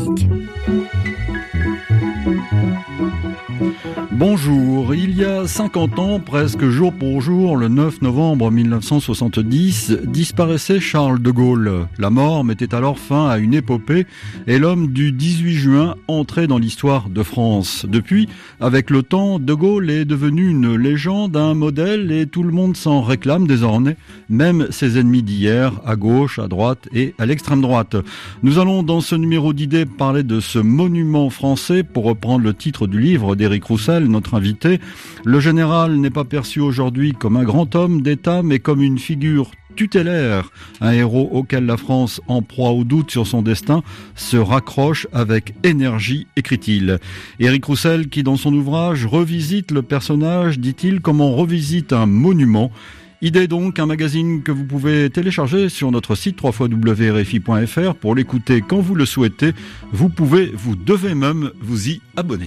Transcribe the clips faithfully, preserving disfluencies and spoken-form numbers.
Classique. Bonjour, il y a cinquante ans, presque jour pour jour, le neuf novembre mille neuf cent soixante-dix, disparaissait Charles de Gaulle. La mort mettait alors fin à une épopée et l'homme du dix-huit juin entrait dans l'histoire de France. Depuis, avec le temps, de Gaulle est devenu une légende, un modèle et tout le monde s'en réclame désormais, même ses ennemis d'hier, à gauche, à droite et à l'extrême droite. Nous allons dans ce numéro d'idées parler de ce monument français pour reprendre le titre du livre d'Éric Roussel, notre invité. Le général n'est pas perçu aujourd'hui comme un grand homme d'État, mais comme une figure tutélaire, un héros auquel la France, en proie au doute sur son destin, se raccroche avec énergie, écrit-il. Éric Roussel, qui dans son ouvrage revisite le personnage, dit-il, comme on revisite un monument. Idée donc, un magazine que vous pouvez télécharger sur notre site w w w point r f i point f r pour l'écouter quand vous le souhaitez. Vous pouvez, vous devez même vous y abonner.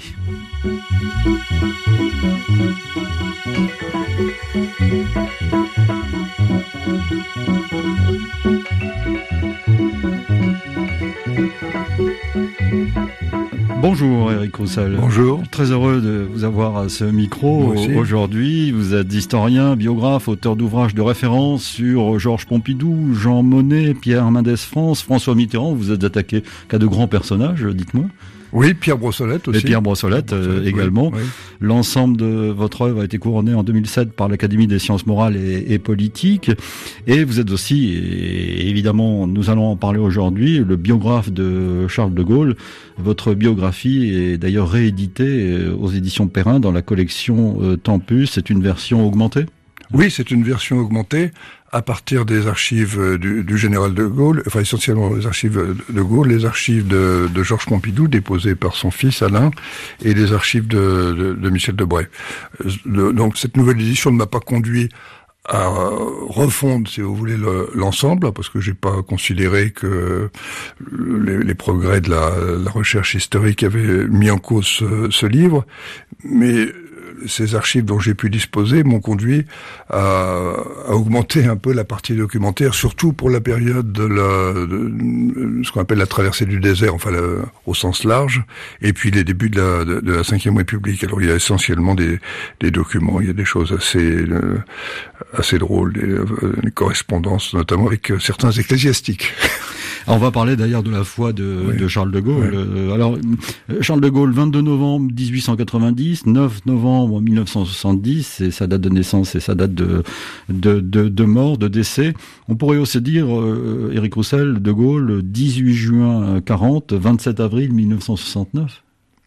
Bonjour Éric Roussel. Bonjour. Très heureux de vous avoir à ce micro aujourd'hui. Vous êtes historien, biographe, auteur d'ouvrages de référence sur Georges Pompidou, Jean Monnet, Pierre Mendès France, François Mitterrand. Vous êtes attaqué qu'à de grands personnages, dites-moi. Oui, Pierre Brossolette aussi. Et Pierre Brossolette, Pierre Brossolette euh, également. Oui, oui. L'ensemble de votre œuvre a été couronné en deux mille sept par l'Académie des sciences morales et, et politiques. Et vous êtes aussi, et évidemment, nous allons en parler aujourd'hui, le biographe de Charles de Gaulle. Votre biographie est d'ailleurs rééditée aux éditions Perrin dans la collection euh, Tempus. C'est une version augmentée ? Oui, c'est une version augmentée à partir des archives du, du général de Gaulle, enfin essentiellement les archives de Gaulle, les archives de, de Georges Pompidou déposées par son fils Alain et les archives de, de, de Michel Debré. Le, donc cette nouvelle édition ne m'a pas conduit à refondre, si vous voulez, le, l'ensemble, parce que j'ai pas considéré que les, les progrès de la, la recherche historique avaient mis en cause ce, ce livre, mais ces archives dont j'ai pu disposer m'ont conduit à, à augmenter un peu la partie documentaire, surtout pour la période de, la, de ce qu'on appelle la traversée du désert, enfin le, au sens large, et puis les débuts de la, de, de la Cinquième République. Alors il y a essentiellement des, des documents, il y a des choses assez, euh, assez drôles, des, euh, des correspondances, notamment avec euh, certains ecclésiastiques. On va parler d'ailleurs de la foi de, oui. de Charles de Gaulle. Oui. Alors, Charles de Gaulle, vingt-deux novembre dix-huit cent quatre-vingt-dix, neuf novembre mille neuf cent soixante-dix, c'est sa date de naissance et sa date de, de, de, de mort, de décès. On pourrait aussi dire, euh, Éric Roussel, de Gaulle, dix-huit juin quarante, vingt-sept avril mille neuf cent soixante-neuf.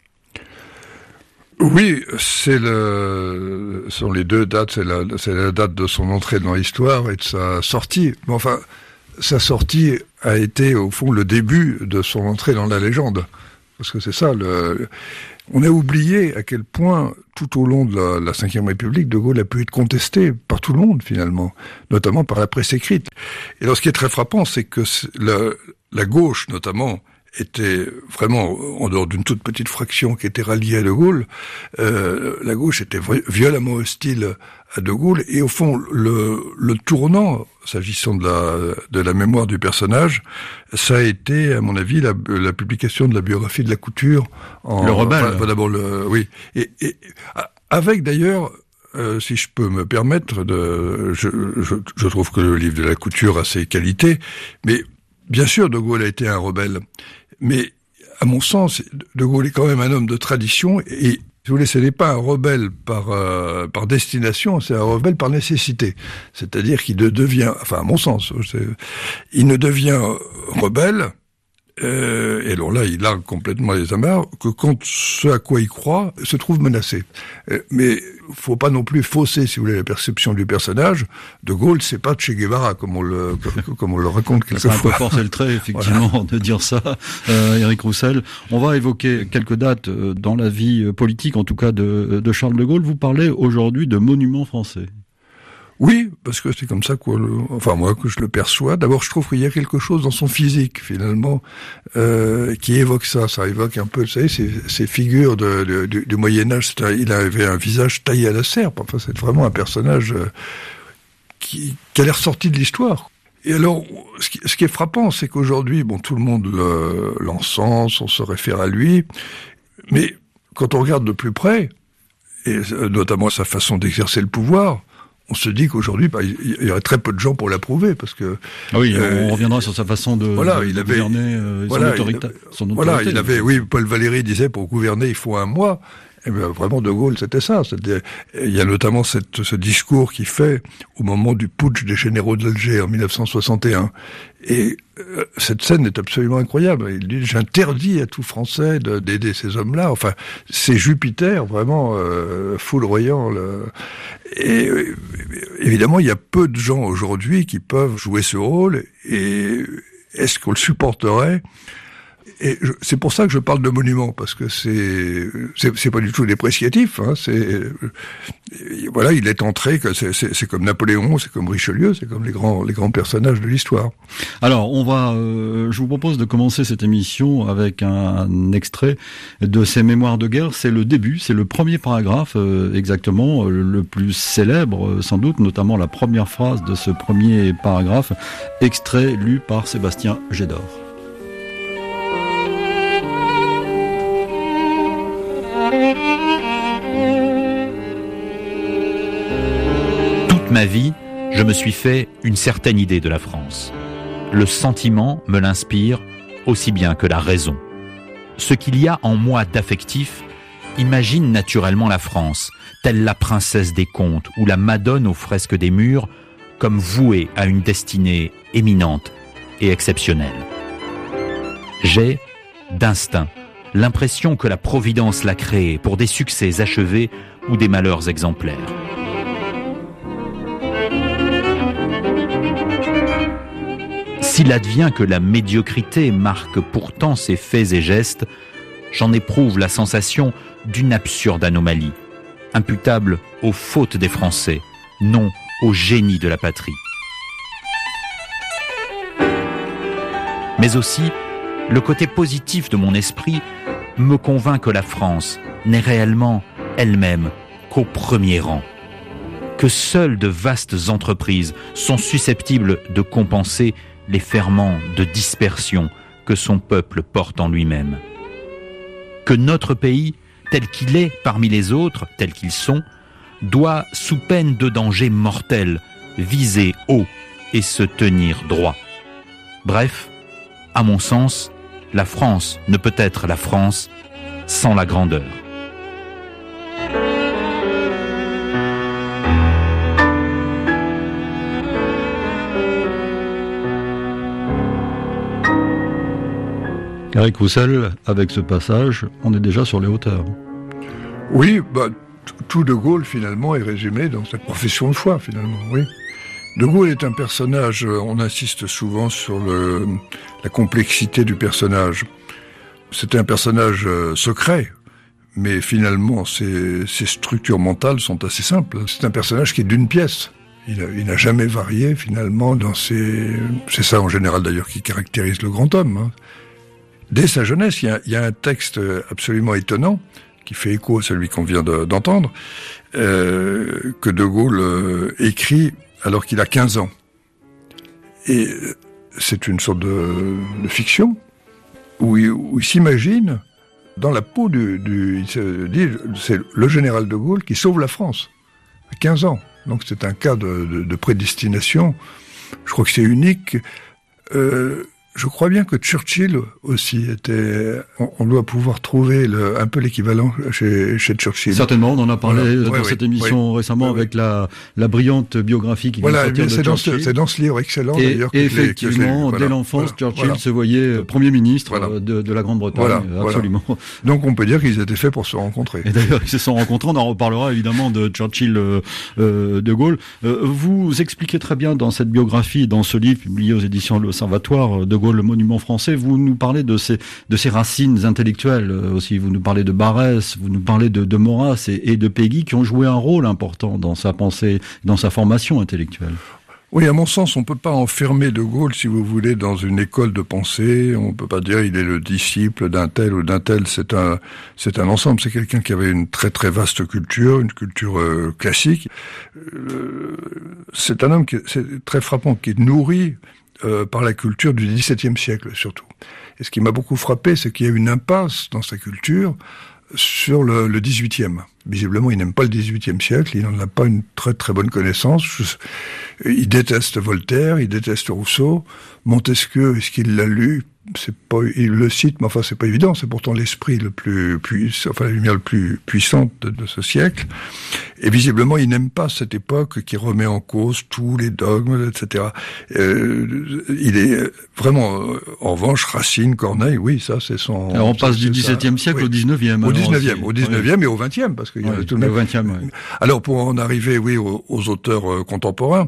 Oui, c'est le, ce sont les deux dates, c'est la, c'est la date de son entrée dans l'histoire et de sa sortie. Mais enfin, sa sortie a été, au fond, le début de son entrée dans la légende. Parce que c'est ça, le, on a oublié à quel point, tout au long de la, la Cinquième République, de Gaulle a pu être contesté par tout le monde, finalement. Notamment par la presse écrite. Et alors, ce qui est très frappant, c'est que la, la gauche, notamment, était vraiment, en dehors d'une toute petite fraction qui était ralliée à De Gaulle, euh, la gauche était violemment hostile à De Gaulle, et au fond, le, le tournant, s'agissant de la, de la mémoire du personnage, ça a été, à mon avis, la, la publication de la biographie de Lacouture. En, le rebelle. Enfin, d'abord le, oui. Et, et, avec d'ailleurs, Euh, si je peux me permettre, de, je, je, je trouve que le livre de Lacouture a ses qualités, mais bien sûr, De Gaulle a été un rebelle, mais à mon sens, De Gaulle est quand même un homme de tradition, et si vous voulez, ce n'est pas un rebelle par euh, par destination, c'est un rebelle par nécessité. C'est-à-dire qu'il ne devient, enfin à mon sens, c'est, il ne devient rebelle, euh, et alors là, il largue complètement les amarres, que quand ce à quoi il croit se trouve menacé. Euh, mais faut pas non plus fausser, si vous voulez, la perception du personnage. De Gaulle, c'est pas Che Guevara, comme on le, comme, comme on le raconte quelquefois. C'est un peu forcer le trait, effectivement, voilà. De dire ça, euh, Éric Roussel. On va évoquer quelques dates dans la vie politique, en tout cas, de, de Charles de Gaulle. Vous parlez aujourd'hui de monument français. Oui, parce que c'est comme ça que, enfin moi, que je le perçois. D'abord, je trouve qu'il y a quelque chose dans son physique, finalement, euh, qui évoque ça. Ça évoque un peu, vous savez, ces, ces figures de, de, du, du Moyen-Âge. Il avait un visage taillé à la serpe. Enfin, c'est vraiment un personnage euh, qui, qui a l'air sorti de l'histoire. Et alors, ce qui, ce qui est frappant, c'est qu'aujourd'hui, bon, tout le monde le, l'encense, on se réfère à lui, mais quand on regarde de plus près, et notamment sa façon d'exercer le pouvoir, on se dit qu'aujourd'hui, bah, il y aurait très peu de gens pour l'approuver, parce que... Ah oui, euh, on reviendra sur sa façon de, voilà, de, il de avait, gouverner, euh, voilà, son, autorité, il, son autorité. Voilà, il avait, oui, Paul Valéry disait, pour gouverner, il faut un mois. Et bien, vraiment, De Gaulle, c'était ça. C'était, il y a notamment cette, ce discours qu'il fait au moment du putsch des généraux d'Alger en mille neuf cent soixante et un. Et euh, cette scène est absolument incroyable. Il dit, j'interdis à tout Français de, d'aider ces hommes-là. Enfin, c'est Jupiter, vraiment euh, foudroyant. Le... Et euh, évidemment, il y a peu de gens aujourd'hui qui peuvent jouer ce rôle. Et est-ce qu'on le supporterait ? Et je, c'est pour ça que je parle de monument, parce que c'est c'est, c'est pas du tout dépréciatif. Hein, c'est voilà, il est entré que c'est, c'est, c'est comme Napoléon, c'est comme Richelieu, c'est comme les grands les grands personnages de l'histoire. Alors, on va. Euh, je vous propose de commencer cette émission avec un, un extrait de ses mémoires de guerre. C'est le début, c'est le premier paragraphe euh, exactement, euh, le plus célèbre euh, sans doute, notamment la première phrase de ce premier paragraphe, extrait lu par Sébastien Gédor. Toute ma vie, je me suis fait une certaine idée de la France. Le sentiment me l'inspire aussi bien que la raison. Ce qu'il y a en moi d'affectif imagine naturellement la France, telle la princesse des contes ou la Madone aux fresques des murs, comme vouée à une destinée éminente et exceptionnelle. J'ai, d'instinct, l'impression que la Providence l'a créée pour des succès achevés ou des malheurs exemplaires. S'il advient que la médiocrité marque pourtant ses faits et gestes, j'en éprouve la sensation d'une absurde anomalie, imputable aux fautes des Français, non au génie de la patrie. Mais aussi, le côté positif de mon esprit me convainc que la France n'est réellement elle-même qu'au premier rang, que seules de vastes entreprises sont susceptibles de compenser les ferments de dispersion que son peuple porte en lui-même. Que notre pays, tel qu'il est parmi les autres, tels qu'ils sont, doit, sous peine de danger mortel, viser haut et se tenir droit. Bref, à mon sens, la France ne peut être la France sans la grandeur. Eric Roussel, avec ce passage, on est déjà sur les hauteurs. Oui, bah, tout De Gaulle, finalement, est résumé dans cette profession de foi, finalement, oui. De Gaulle est un personnage, on insiste souvent sur le, la complexité du personnage. C'est un personnage euh, secret, mais finalement, ses, ses structures mentales sont assez simples. C'est un personnage qui est d'une pièce. Il, a, il n'a jamais varié, finalement, dans ses... C'est ça, en général, d'ailleurs, qui caractérise le grand homme, hein. Dès sa jeunesse, il y a, il y a un texte absolument étonnant, qui fait écho à celui qu'on vient de, d'entendre, euh, que De Gaulle euh, écrit alors qu'il a quinze ans. Et c'est une sorte de, de fiction, où il, où il s'imagine dans la peau du, du... Il se dit, c'est le général De Gaulle qui sauve la France, à quinze ans. Donc c'est un cas de, de, de prédestination. Je crois que c'est unique. Euh, Je crois bien que Churchill aussi était... On, on doit pouvoir trouver le, un peu l'équivalent chez, chez Churchill. Certainement, on en a parlé voilà. dans ouais, cette ouais, émission ouais, récemment ouais, avec la, la brillante biographie qui voilà, vient de sortir c'est de dans Churchill. Ce, c'est dans ce livre excellent et, d'ailleurs. Et que je effectivement, que je l'ai, dès voilà, l'enfance, voilà, Churchill voilà. se voyait Premier ministre voilà. de, de la Grande-Bretagne, voilà, absolument. Voilà. Donc on peut dire qu'ils étaient faits pour se rencontrer. Et d'ailleurs, ils se sont rencontrés, on en reparlera évidemment de Churchill euh, euh, de Gaulle. Euh, vous expliquez très bien dans cette biographie, dans ce livre publié aux éditions L'Observatoire, De Gaulle, le monument français, vous nous parlez de ces, de ces racines intellectuelles aussi. Vous nous parlez de Barrès, vous nous parlez de, de Maurras et, et de Péguy qui ont joué un rôle important dans sa pensée, dans sa formation intellectuelle. Oui, à mon sens, on peut pas enfermer De Gaulle, si vous voulez, dans une école de pensée. On peut pas dire il est le disciple d'un tel ou d'un tel. C'est un, c'est un ensemble. C'est quelqu'un qui avait une très très vaste culture, une culture euh, classique. Euh, c'est un homme qui, c'est très frappant, qui est nourri euh, par la culture du dix-septième siècle, surtout. Et ce qui m'a beaucoup frappé, c'est qu'il y a une impasse dans sa culture sur le, le dix-huitième. Visiblement, il n'aime pas le dix-huitième siècle, il n'en a pas une très très bonne connaissance. Je, il déteste Voltaire, il déteste Rousseau. Montesquieu, est-ce qu'il l'a lu ? C'est pas, il le cite, mais enfin c'est pas évident. C'est pourtant l'esprit le plus puissant, enfin la lumière le plus puissante de, de ce siècle. Et visiblement, il n'aime pas cette époque qui remet en cause tous les dogmes, et cetera. Euh, il est vraiment, en revanche, Racine, Corneille, oui, ça c'est son. Alors on passe du dix-septième siècle oui. au dix-neuvième. Au dix-neuvième, au dix-neuvième oui. et au vingtième, parce qu'il y a oui, tout le même. Au vingtième, oui. Alors pour en arriver, oui, aux, aux auteurs euh, contemporains,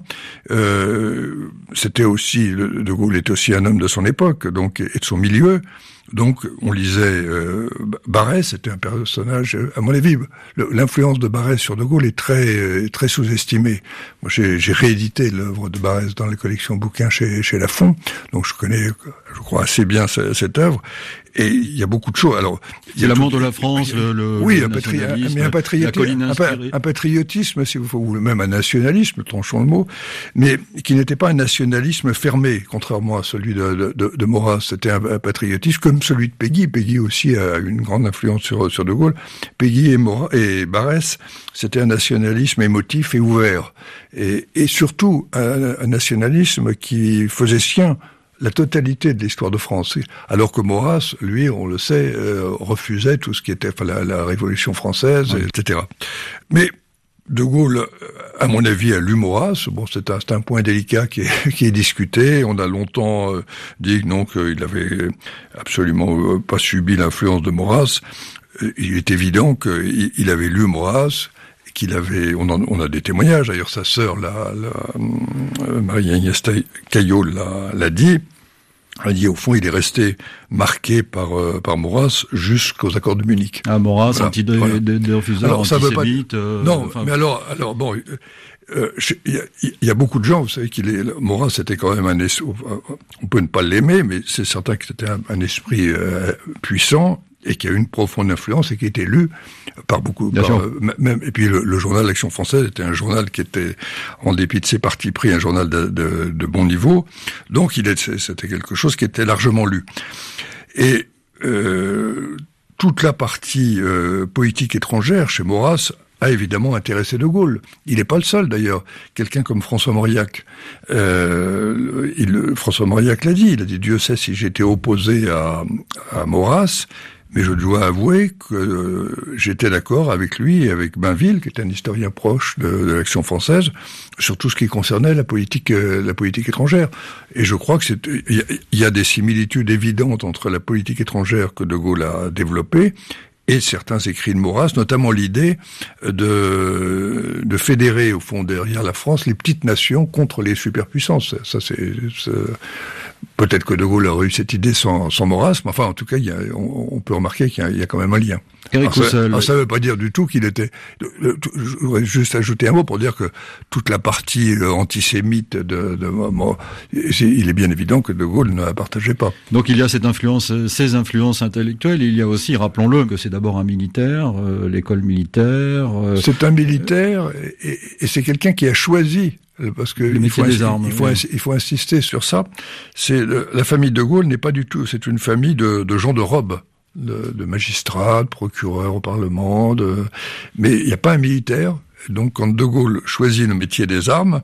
euh, c'était aussi, le, De Gaulle était aussi un homme de son époque, donc et de son milieu. Donc, on lisait euh, Barrès, c'était un personnage, à mon avis, le, l'influence de Barrès sur De Gaulle est très très sous-estimée. Moi, j'ai, j'ai réédité l'œuvre de Barrès dans les collections bouquins chez chez Lafon, donc je connais, je crois assez bien cette, cette œuvre. Et il y a beaucoup de choses. Alors, il y a l'amour de la France, le, le oui, le un, patri- mais un, patriotisme, un, pa- un patriotisme, si vous voulez, ou même un nationalisme, tranchons le mot, mais qui n'était pas un nationalisme fermé, contrairement à celui de, de, de Maurras. C'était un, un patriotisme comme celui de Péguy. Péguy aussi a une grande influence sur, sur De Gaulle. Péguy et, Maurras, et Barrès, c'était un nationalisme émotif et ouvert, et, et surtout un, un nationalisme qui faisait sien la totalité de l'histoire de France. Alors que Maurras, lui, on le sait, euh, refusait tout ce qui était enfin, la, la Révolution française, oui. et cetera. Mais De Gaulle, à mon avis, a lu Maurras. Bon, c'est un, c'est un point délicat qui est, qui est discuté. On a longtemps euh, dit non, qu'il avait absolument euh, pas subi l'influence de Maurras. Il est évident qu'il il avait lu Maurras, qu'il avait, on, en, on a des témoignages, d'ailleurs sa sœur, la, la, euh, Marie-Agnès Caillot l'a, l'a dit, elle a dit au fond il est resté marqué par, euh, par Maurras jusqu'aux accords de Munich. Ah, Maurras, voilà, anti-refuseur, voilà. antisémite. Euh, non, enfin, mais alors, alors bon, il euh, y, y a beaucoup de gens, vous savez qu'il est, Maurras était quand même un esprit, on peut ne pas l'aimer, mais c'est certain que c'était un, un esprit euh, puissant, et qui a eu une profonde influence et qui a été lu par beaucoup, par, euh, même, et puis le, le journal L'Action française était un journal qui était, en dépit de ses partis pris, un journal de, de, de bon niveau. Donc il est, c'était quelque chose qui était largement lu. Et euh, toute la partie euh, politique étrangère chez Maurras a évidemment intéressé De Gaulle. Il n'est pas le seul d'ailleurs. Quelqu'un comme François Mauriac, euh, il, François Mauriac l'a dit. Il a dit Dieu sait si j'étais opposé à, à Maurras. Mais je dois avouer que euh, j'étais d'accord avec lui et avec Bainville, qui est un historien proche de, de l'Action française, sur tout ce qui concernait la politique, euh, la politique étrangère. Et je crois que c'est, il y, y a des similitudes évidentes entre la politique étrangère que De Gaulle a développée et certains écrits de Maurras, notamment l'idée de, de fédérer, au fond, derrière la France, les petites nations contre les superpuissances. Ça, c'est, c'est peut-être que De Gaulle aurait eu cette idée sans, sans Maurras, mais enfin, en tout cas, il y a, on, on peut remarquer qu'il y a, il y a quand même un lien. Alors, ça, alors, ça veut pas dire du tout qu'il était... Je voudrais juste ajouter un mot pour dire que toute la partie antisémite de... de bon, il est bien évident que De Gaulle ne la partageait pas. Donc il y a cette influence, ces influences intellectuelles, il y a aussi, rappelons-le, que c'est d'abord un militaire, euh, l'école militaire... Euh, c'est un militaire, et, et c'est quelqu'un qui a choisi... Parce que il faut, des armes, il, faut, oui. il faut insister sur ça. C'est la famille de Gaulle n'est pas du tout. C'est une famille de, de gens de robe, de, de magistrats, de procureurs au Parlement. De, mais il n'y a pas un militaire. Donc, quand De Gaulle choisit le métier des armes,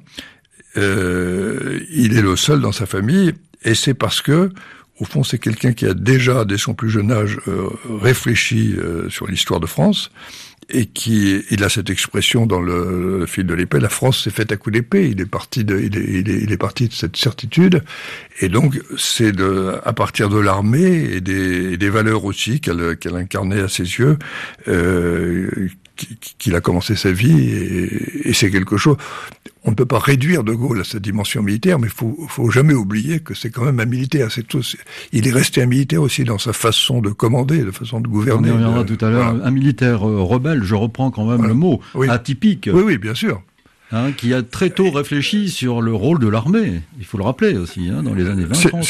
euh, il est le seul dans sa famille, et c'est parce que, au fond, c'est quelqu'un qui a déjà, dès son plus jeune âge, euh, réfléchi euh, sur l'histoire de France. Et qui, il a cette expression dans le, le fil de l'épée, la France s'est faite à coups d'épée. Il est parti de, il est, il est, il est parti de cette certitude. Et donc, c'est de, à partir de l'armée et des, et des valeurs aussi qu'elle, qu'elle incarnait à ses yeux, euh, qu'il a commencé sa vie. Et, et c'est quelque chose. On ne peut pas réduire De Gaulle à sa dimension militaire, mais il faut, faut jamais oublier que c'est quand même un militaire. C'est tout. C'est, il est resté un militaire aussi dans sa façon de commander, de façon de gouverner. On y reviendra de, tout à l'heure. Voilà. Un militaire euh, rebelle, je reprends quand même voilà. le mot, oui. atypique. Oui, oui, bien sûr. Hein, qui a très tôt réfléchi sur le rôle de l'armée. Il faut le rappeler aussi, hein, dans les années vingt trente.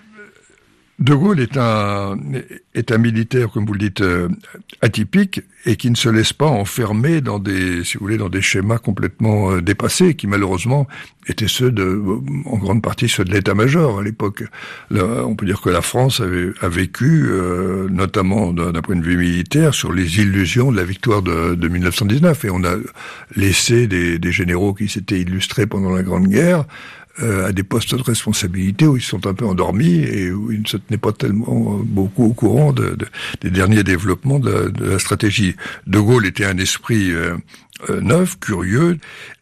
De Gaulle est un, est un militaire, comme vous le dites, euh, atypique, et qui ne se laisse pas enfermer dans des, si vous voulez, dans des schémas complètement euh, dépassés, qui malheureusement étaient ceux de, en grande partie ceux de l'état-major à l'époque. Là, on peut dire que la France avait, a vécu, euh, notamment d'un, d'un point de vue militaire, sur les illusions de la victoire de, de mille neuf cent dix-neuf, et on a laissé des, des généraux qui s'étaient illustrés pendant la Grande Guerre, Euh, à des postes de responsabilité où ils sont un peu endormis et où ils ne se tenaient pas tellement beaucoup au courant de, de, des derniers développements de la, de la stratégie. De Gaulle était un esprit euh, euh, neuf, curieux,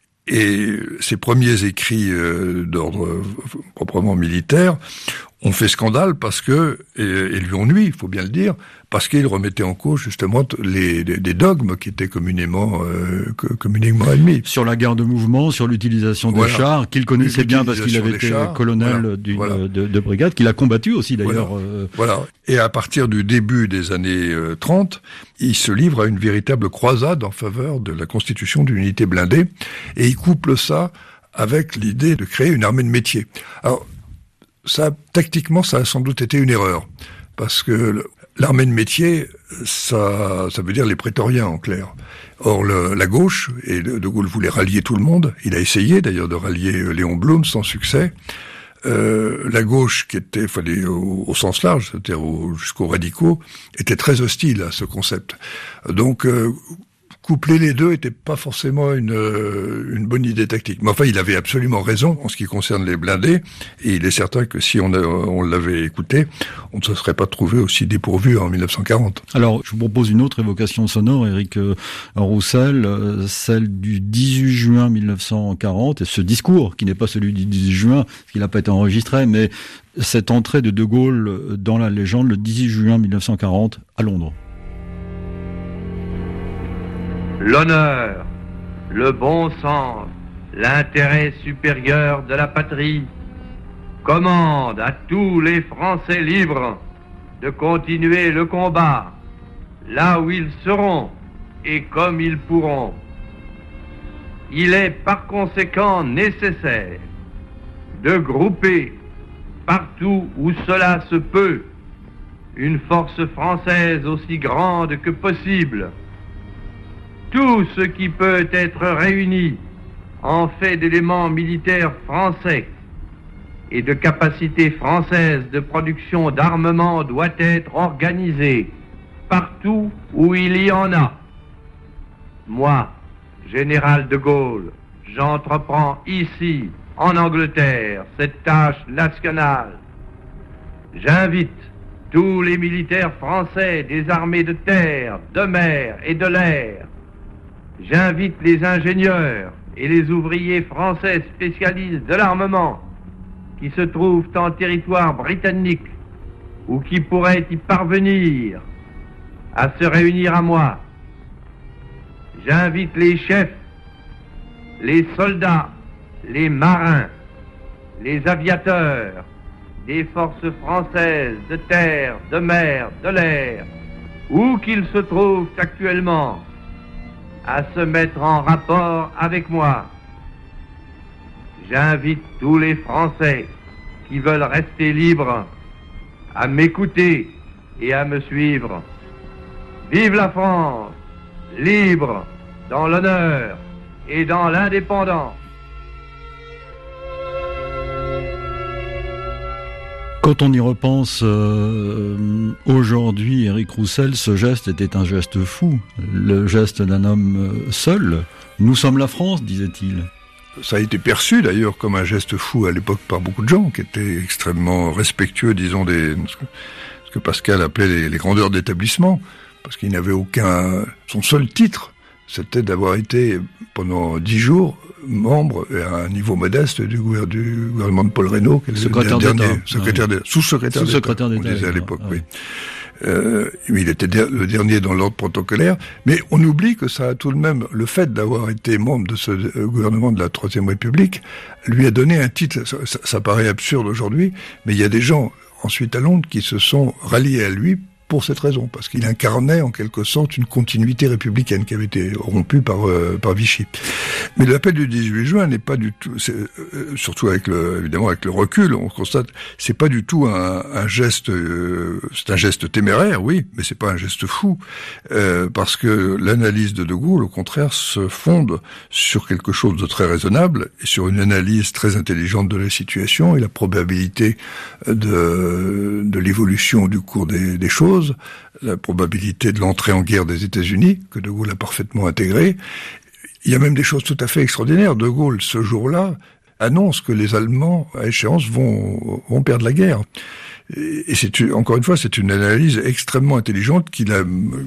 et ses premiers écrits euh, d'ordre euh, proprement militaire ont fait scandale parce que, et, et lui ont nui, il faut bien le dire, parce qu'il remettait en cause justement les, les, les dogmes qui étaient communément, euh, communément admis. Sur la guerre de mouvement, sur l'utilisation des voilà. chars, qu'il connaissait bien parce qu'il avait été chars, colonel voilà, d'une, voilà. De, de brigade, qu'il a combattu aussi d'ailleurs. Voilà. Euh... voilà. Et à partir du début des années euh, trente, il se livre à une véritable croisade en faveur de la constitution d'une unité blindée, et il couple ça avec l'idée de créer une armée de métier. Alors, ça, tactiquement, ça a sans doute été une erreur, parce que l'armée de métier, ça, ça veut dire les prétoriens en clair. Or, le, la gauche, et De Gaulle voulait rallier tout le monde, il a essayé d'ailleurs de rallier Léon Blum sans succès. Euh, la gauche, qui était, fallait au, au sens large, c'est-à-dire au, jusqu'aux radicaux, était très hostile à ce concept. Donc, euh, coupler les deux était pas forcément une, une bonne idée tactique. Mais enfin, il avait absolument raison en ce qui concerne les blindés, et il est certain que si on, a, on l'avait écouté, on ne se serait pas trouvé aussi dépourvu en mille neuf cent quarante. Alors, je vous propose une autre évocation sonore, Éric Roussel, euh, celle du dix-huit juin mille neuf cent quarante, et ce discours, qui n'est pas celui du dix-huit juin, parce qu'il n'a pas été enregistré, mais cette entrée de De Gaulle dans la légende le dix-huit juin mille neuf cent quarante à Londres. L'honneur, le bon sens, l'intérêt supérieur de la patrie commandent à tous les Français libres de continuer le combat là où ils seront et comme ils pourront. Il est par conséquent nécessaire de grouper partout où cela se peut une force française aussi grande que possible. Tout ce qui peut être réuni en fait d'éléments militaires français et de capacités françaises de production d'armement doit être organisé partout où il y en a. Moi, général de Gaulle, j'entreprends ici, en Angleterre, cette tâche nationale. J'invite tous les militaires français des armées de terre, de mer et de l'air. J'invite les ingénieurs et les ouvriers français spécialistes de l'armement qui se trouvent en territoire britannique ou qui pourraient y parvenir à se réunir à moi. J'invite les chefs, les soldats, les marins, les aviateurs des forces françaises de terre, de mer, de l'air, où qu'ils se trouvent actuellement, à se mettre en rapport avec moi. J'invite tous les Français qui veulent rester libres à m'écouter et à me suivre. Vive la France, libre dans l'honneur et dans l'indépendance. Quand on y repense, euh, aujourd'hui, Éric Roussel, ce geste était un geste fou, le geste d'un homme seul. Nous sommes la France, disait-il. Ça a été perçu d'ailleurs comme un geste fou à l'époque par beaucoup de gens qui étaient extrêmement respectueux, disons, des ce que Pascal appelait les, les grandeurs d'établissement, parce qu'il n'avait aucun... Son seul titre, c'était d'avoir été pendant dix jours membre à un niveau modeste du, gouver- du gouvernement de Paul Reynaud, qui est le secrétaire dernier d'État, secrétaire ouais. d'État, sous-secrétaire, sous-secrétaire d'État, d'État, on disait à ouais. l'époque, Ouais. oui. Euh, il était le dernier dans l'ordre protocolaire, mais on oublie que ça a tout de même, le fait d'avoir été membre de ce gouvernement de la Troisième République, lui a donné un titre, ça, ça, ça paraît absurde aujourd'hui, mais il y a des gens ensuite à Londres qui se sont ralliés à lui pour cette raison, parce qu'il incarnait en quelque sorte une continuité républicaine qui avait été rompue par, euh, par Vichy. Mais l'appel du dix-huit juin n'est pas du tout, c'est, euh, surtout avec le, évidemment avec le recul, on constate, c'est pas du tout un, un geste, euh, c'est un geste téméraire, oui, mais c'est pas un geste fou, euh, parce que l'analyse de De Gaulle, au contraire, se fonde sur quelque chose de très raisonnable et sur une analyse très intelligente de la situation et la probabilité de, de l'évolution du cours des, des choses, la probabilité de l'entrée en guerre des États-Unis, que De Gaulle a parfaitement intégrée. Il y a même des choses tout à fait extraordinaires. De Gaulle, ce jour-là, annonce que les Allemands, à échéance, vont, vont perdre la guerre. Et c'est, encore une fois, c'est une analyse extrêmement intelligente qu'il a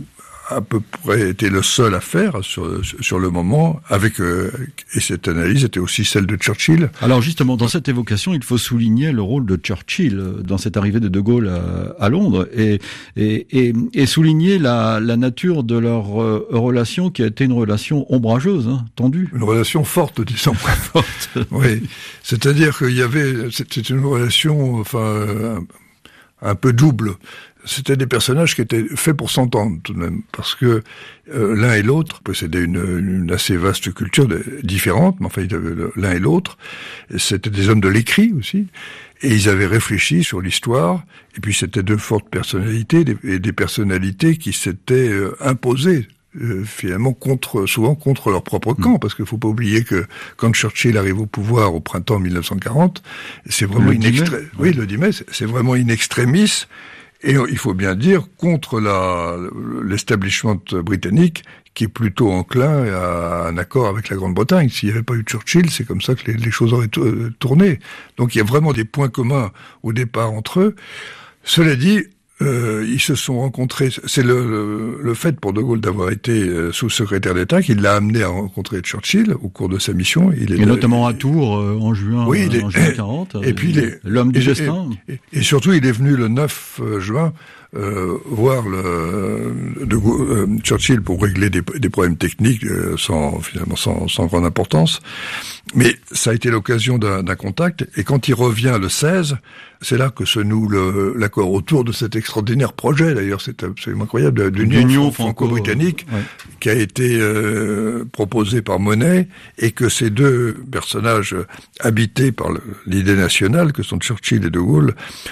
à peu près été le seul à faire sur, sur le moment, avec euh, et cette analyse était aussi celle de Churchill. Alors justement, dans cette évocation, il faut souligner le rôle de Churchill dans cette arrivée de De Gaulle à, à Londres et, et, et, et souligner la, la nature de leur euh, relation qui a été une relation ombrageuse, hein, tendue. Une relation forte, disons. Forte. Oui, c'est-à-dire qu'il y avait, c'était une relation, enfin, un, un peu double. C'était des personnages qui étaient faits pour s'entendre tout de même, parce que euh, l'un et l'autre possédaient une, une assez vaste culture de, différente, mais enfin l'un et l'autre, c'était des hommes de l'écrit aussi, et ils avaient réfléchi sur l'histoire, et puis c'était deux fortes personnalités, des, et des personnalités qui s'étaient euh, imposées euh, finalement contre, souvent contre leur propre camp, parce qu'il faut pas oublier que quand Churchill arrive au pouvoir au printemps mille neuf cent quarante, c'est vraiment le in extre... oui, le dix mai, c'est vraiment in extremis. Et il faut bien dire contre la, l'establishment britannique qui est plutôt enclin à un accord avec la Grande-Bretagne. S'il n'y avait pas eu Churchill, c'est comme ça que les, les choses auraient tourné. Donc il y a vraiment des points communs au départ entre eux. Cela dit, euh, ils se sont rencontrés. C'est le, le, le fait pour De Gaulle d'avoir été euh, sous-secrétaire d'État qui l'a amené à rencontrer Churchill au cours de sa mission. Il est et notamment à Tours euh, en juin, oui, euh, en juin quarante. Et puis les, l'homme du et, destin. Et, et, et surtout, il est venu le neuf juin euh, voir le de, euh, Churchill pour régler des, des problèmes techniques euh, sans finalement sans, sans grande importance. Mais ça a été l'occasion d'un, d'un contact. Et quand il revient le seize, c'est là que se noue le, l'accord autour de cet extraordinaire projet. D'ailleurs, c'est absolument incroyable, d'union, d'union franco-britannique franco, ouais. qui a été euh, proposé par Monnet, et que ces deux personnages habités par le, l'idée nationale, que sont Churchill et De Gaulle,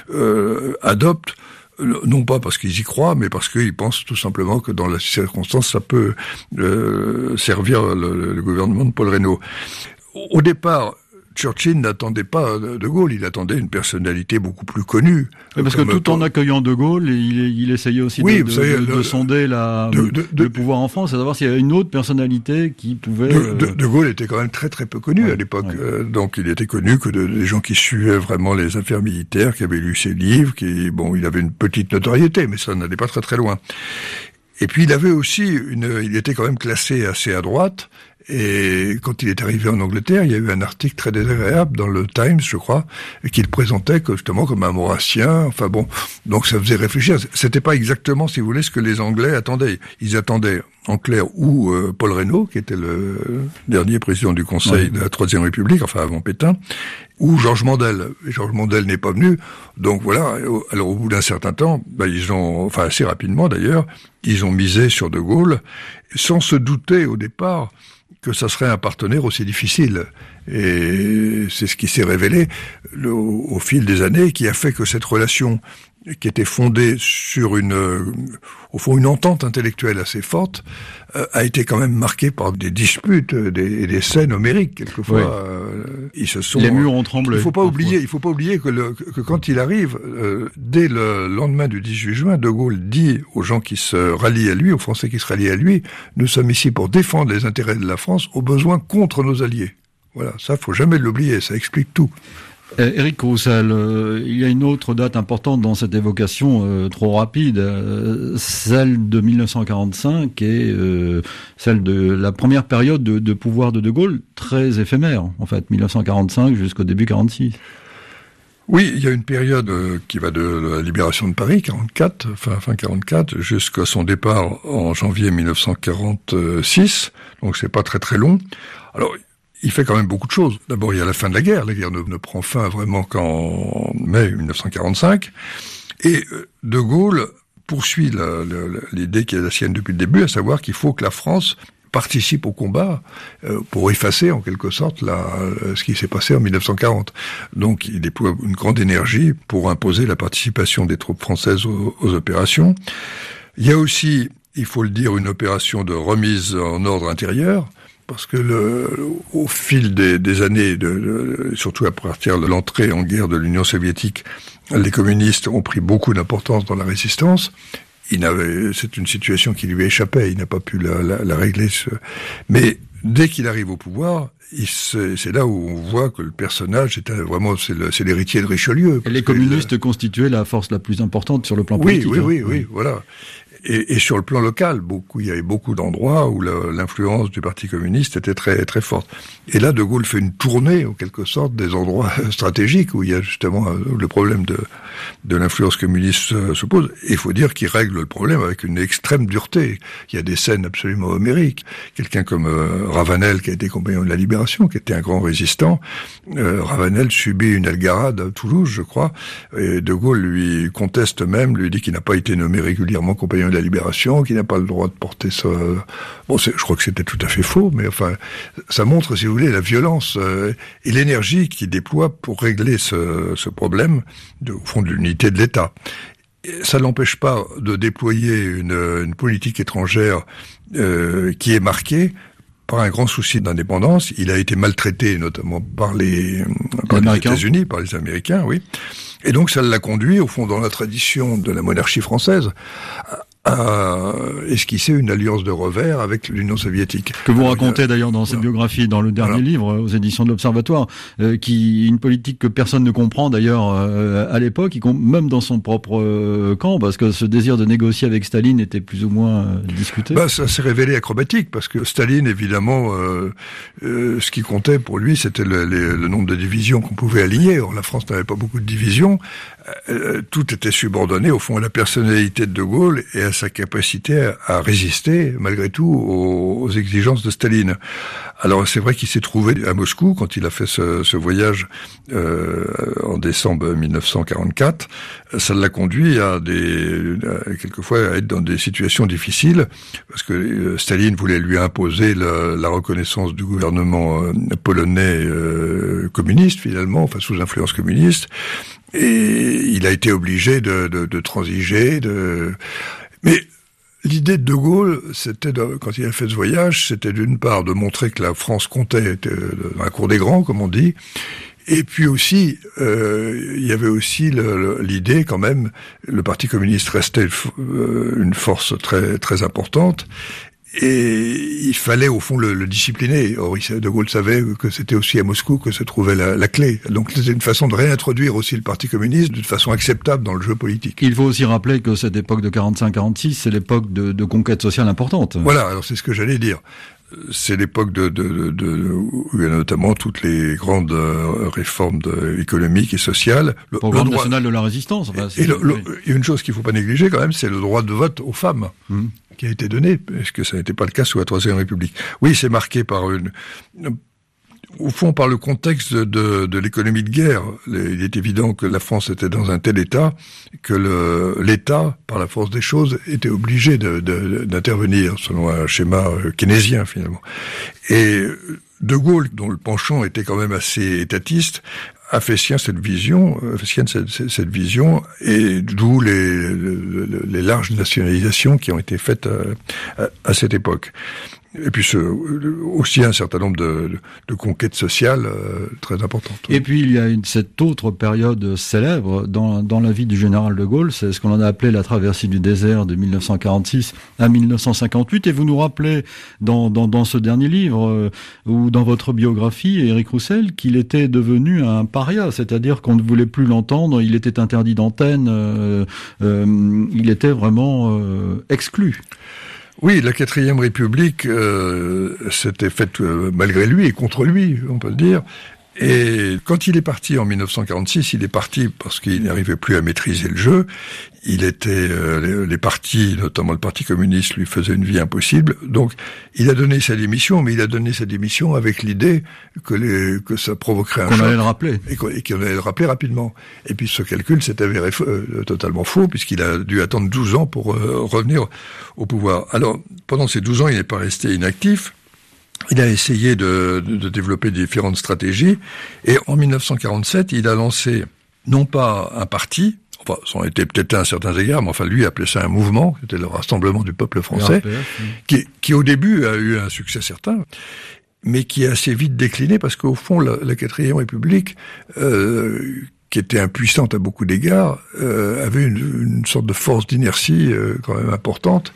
euh, adoptent. Non pas parce qu'ils y croient, mais parce qu'ils pensent tout simplement que dans la circonstance, ça peut euh, servir le, le gouvernement de Paul Reynaud. Au départ, Churchill n'attendait pas De Gaulle, il attendait une personnalité beaucoup plus connue. Oui, parce que tout en accueillant De Gaulle, il, il essayait aussi oui, de, de, savez, de, de, de sonder la, de, de, le pouvoir en France, et savoir s'il y avait une autre personnalité qui pouvait... De, de, de Gaulle était quand même très très peu connu ouais, à l'époque, ouais. euh, donc il était connu que de, des gens qui suivaient vraiment les affaires militaires, qui avaient lu ses livres, qui, bon, il avait une petite notoriété, mais ça n'allait pas très très loin. Et puis il avait aussi une, il était quand même classé assez à droite. Et quand il est arrivé en Angleterre, il y a eu un article très désagréable dans le Times, je crois, qu'il présentait justement comme un maurassien. Enfin bon, donc ça faisait réfléchir. C'était pas exactement, si vous voulez, ce que les Anglais attendaient. Ils attendaient, en clair, ou euh, Paul Reynaud, qui était le dernier président du Conseil oui. de la Troisième République, enfin avant Pétain, ou Georges Mandel. Et Georges Mandel n'est pas venu. Donc voilà. Alors au bout d'un certain temps, bah, ils ont, enfin assez rapidement d'ailleurs, ils ont misé sur De Gaulle, sans se douter au départ que ça serait un partenaire aussi difficile. Et c'est ce qui s'est révélé le, au fil des années, qui a fait que cette relation, qui était fondée sur une, au fond, une entente intellectuelle assez forte, euh, a été quand même marquée par des disputes, des, des scènes homériques quelquefois. Oui. Euh, ils se sont. Les murs ont tremblé. Il faut pas oublier, il faut pas oublier que, le, que quand il arrive, euh, dès le lendemain du dix-huit juin, De Gaulle dit aux gens qui se rallient à lui, aux Français qui se rallient à lui, nous sommes ici pour défendre les intérêts de la France, au besoin contre nos alliés. Voilà, ça faut jamais l'oublier, ça explique tout. Euh, Éric Roussel, euh, il y a une autre date importante dans cette évocation euh, trop rapide, euh, celle de mille neuf cent quarante-cinq et euh, celle de la première période de, de pouvoir de De Gaulle, très éphémère en fait, mille neuf cent quarante-cinq jusqu'au début quarante-six. Oui, il y a une période euh, qui va de la libération de Paris, quarante-quatre, fin, fin quarante-quatre, jusqu'à son départ en janvier mille neuf cent quarante-six, donc c'est pas très très long. Alors, il fait quand même beaucoup de choses. D'abord, il y a la fin de la guerre. La guerre ne, ne prend fin vraiment qu'en mai mille neuf cent quarante-cinq. Et De Gaulle poursuit la, la, l'idée qui est la sienne depuis le début, à savoir qu'il faut que la France participe au combat euh, pour effacer en quelque sorte la, ce qui s'est passé en mille neuf cent quarante. Donc il déploie une grande énergie pour imposer la participation des troupes françaises aux, aux opérations. Il y a aussi, il faut le dire, une opération de remise en ordre intérieur, parce que le, au fil des, des années, de, de, surtout à partir de l'entrée en guerre de l'Union soviétique, les communistes ont pris beaucoup d'importance dans la résistance. Il n'avait, c'est une situation qui lui échappait, il n'a pas pu la, la, la régler. Ce... Mais dès qu'il arrive au pouvoir, il se, c'est là où on voit que le personnage était vraiment, c'est, le, c'est l'héritier de Richelieu. Et les communistes le... constituaient la force la plus importante sur le plan oui, politique. Oui, hein. oui, oui, oui, voilà. Et, et sur le plan local, beaucoup, il y avait beaucoup d'endroits où la, l'influence du Parti communiste était très très forte. Et là, De Gaulle fait une tournée, en quelque sorte, des endroits stratégiques où il y a justement le problème de, de l'influence communiste se pose. Et il faut dire qu'il règle le problème avec une extrême dureté. Il y a des scènes absolument homériques. Quelqu'un comme euh, Ravanel, qui a été compagnon de la Libération, qui était un grand résistant, euh, Ravanel subit une algarade à Toulouse, je crois, et De Gaulle lui conteste même, lui dit qu'il n'a pas été nommé régulièrement compagnon de la Libération, qui n'a pas le droit de porter ça. Bon, c'est, je crois que c'était tout à fait faux, mais enfin, ça montre, si vous voulez, la violence euh, et l'énergie qu'il déploie pour régler ce, ce problème, de, au fond, de l'unité de l'État. Et ça ne l'empêche pas de déployer une, une politique étrangère euh, qui est marquée par un grand souci d'indépendance. Il a été maltraité, notamment par les, par les États-Unis, par les Américains, oui. Et donc, ça l'a conduit, au fond, dans la tradition de la monarchie française, à esquisser une alliance de revers avec l'Union soviétique. Que vous racontez d'ailleurs dans cette biographie, dans le dernier voilà. livre, aux éditions de l'Observatoire, euh, qui une politique que personne ne comprend d'ailleurs euh, à l'époque, même dans son propre euh, camp, parce que ce désir de négocier avec Staline était plus ou moins euh, discuté. Bah, ça s'est révélé acrobatique, parce que Staline, évidemment, euh, euh, ce qui comptait pour lui, c'était le, le, le nombre de divisions qu'on pouvait aligner. Or, la France n'avait pas beaucoup de divisions. Euh, tout était subordonné, au fond, à la personnalité de De Gaulle et à sa capacité à résister, malgré tout, aux, aux exigences de Staline. Alors, c'est vrai qu'il s'est trouvé à Moscou, quand il a fait ce, ce voyage euh, en décembre mille neuf cent quarante-quatre. Ça l'a conduit à des, à, quelquefois, à être dans des situations difficiles, parce que euh, Staline voulait lui imposer la, la reconnaissance du gouvernement euh, polonais euh, communiste, finalement, enfin, sous influence communiste. Et il a été obligé de, de, de transiger. De... Mais l'idée de De Gaulle, c'était de, quand il a fait ce voyage, c'était d'une part de montrer que la France comptait dans la cour des grands, comme on dit, et puis aussi, euh, il y avait aussi le, le, l'idée quand même, le Parti communiste restait une force très très importante. Et il fallait au fond le, le discipliner. Or, De Gaulle savait que c'était aussi à Moscou que se trouvait la, la clé. Donc c'était une façon de réintroduire aussi le Parti communiste d'une façon acceptable dans le jeu politique. Il faut aussi rappeler que cette époque de quarante-cinq quarante-six, c'est l'époque de, de conquête sociale importante. Voilà, alors c'est ce que j'allais dire. C'est l'époque de, de, de, de où il y a notamment toutes les grandes réformes de, économiques et sociales. Le programme droit, national de la résistance. Enfin, et le, le, il y a une chose qu'il ne faut pas négliger quand même, c'est le droit de vote aux femmes. Mmh. Qui a été donné, parce que ça n'était pas le cas sous la Troisième République. Oui, c'est marqué par une, au fond, par le contexte de, de, de l'économie de guerre. Il est évident que la France était dans un tel état que le, l'État, par la force des choses, était obligé de, de, d'intervenir selon un schéma keynésien finalement. Et De Gaulle, dont le penchant était quand même assez étatiste, a fait sien cette vision, a fait sien cette, cette, cette vision, et d'où les, les, les larges nationalisations qui ont été faites à, à, à cette époque. Et puis ce, aussi un certain nombre de, de, de conquêtes sociales euh, très importantes. Et puis il y a une, cette autre période célèbre dans, dans la vie du général de Gaulle, c'est ce qu'on a appelé la traversée du désert de mille neuf cent quarante-six à mille neuf cent cinquante-huit. Et vous nous rappelez dans, dans, dans ce dernier livre euh, ou dans votre biographie, Éric Roussel, qu'il était devenu un paria, c'est-à-dire qu'on ne voulait plus l'entendre, il était interdit d'antenne, euh, euh, il était vraiment euh, exclu. Oui, la quatrième République euh, s'était faite euh, malgré lui et contre lui, on peut le dire. Et quand il est parti en dix-neuf cent quarante-six, il est parti parce qu'il n'arrivait plus à maîtriser le jeu. Il était, euh, les, les partis, notamment le Parti communiste, lui faisaient une vie impossible. Donc, il a donné sa démission, mais il a donné sa démission avec l'idée que, les, que ça provoquerait un qu'on choc. allait le rappeler. Et qu'on, et qu'on allait le rappeler rapidement. Et puis, ce calcul s'est avéré euh, totalement faux, puisqu'il a dû attendre douze ans pour euh, revenir au pouvoir. Alors, pendant ces douze ans, il n'est pas resté inactif. Il a essayé de, de, de développer différentes stratégies, et en dix-neuf cent quarante-sept, il a lancé non pas un parti, enfin, ça en était peut-être à certains égards, mais enfin, lui appelait ça un mouvement, c'était le Rassemblement du peuple français, R P F, oui. qui, qui au début a eu un succès certain, mais qui a assez vite décliné, parce qu'au fond, la, la quatrième République, euh, qui était impuissante à beaucoup d'égards, euh, avait une, une sorte de force d'inertie euh, quand même importante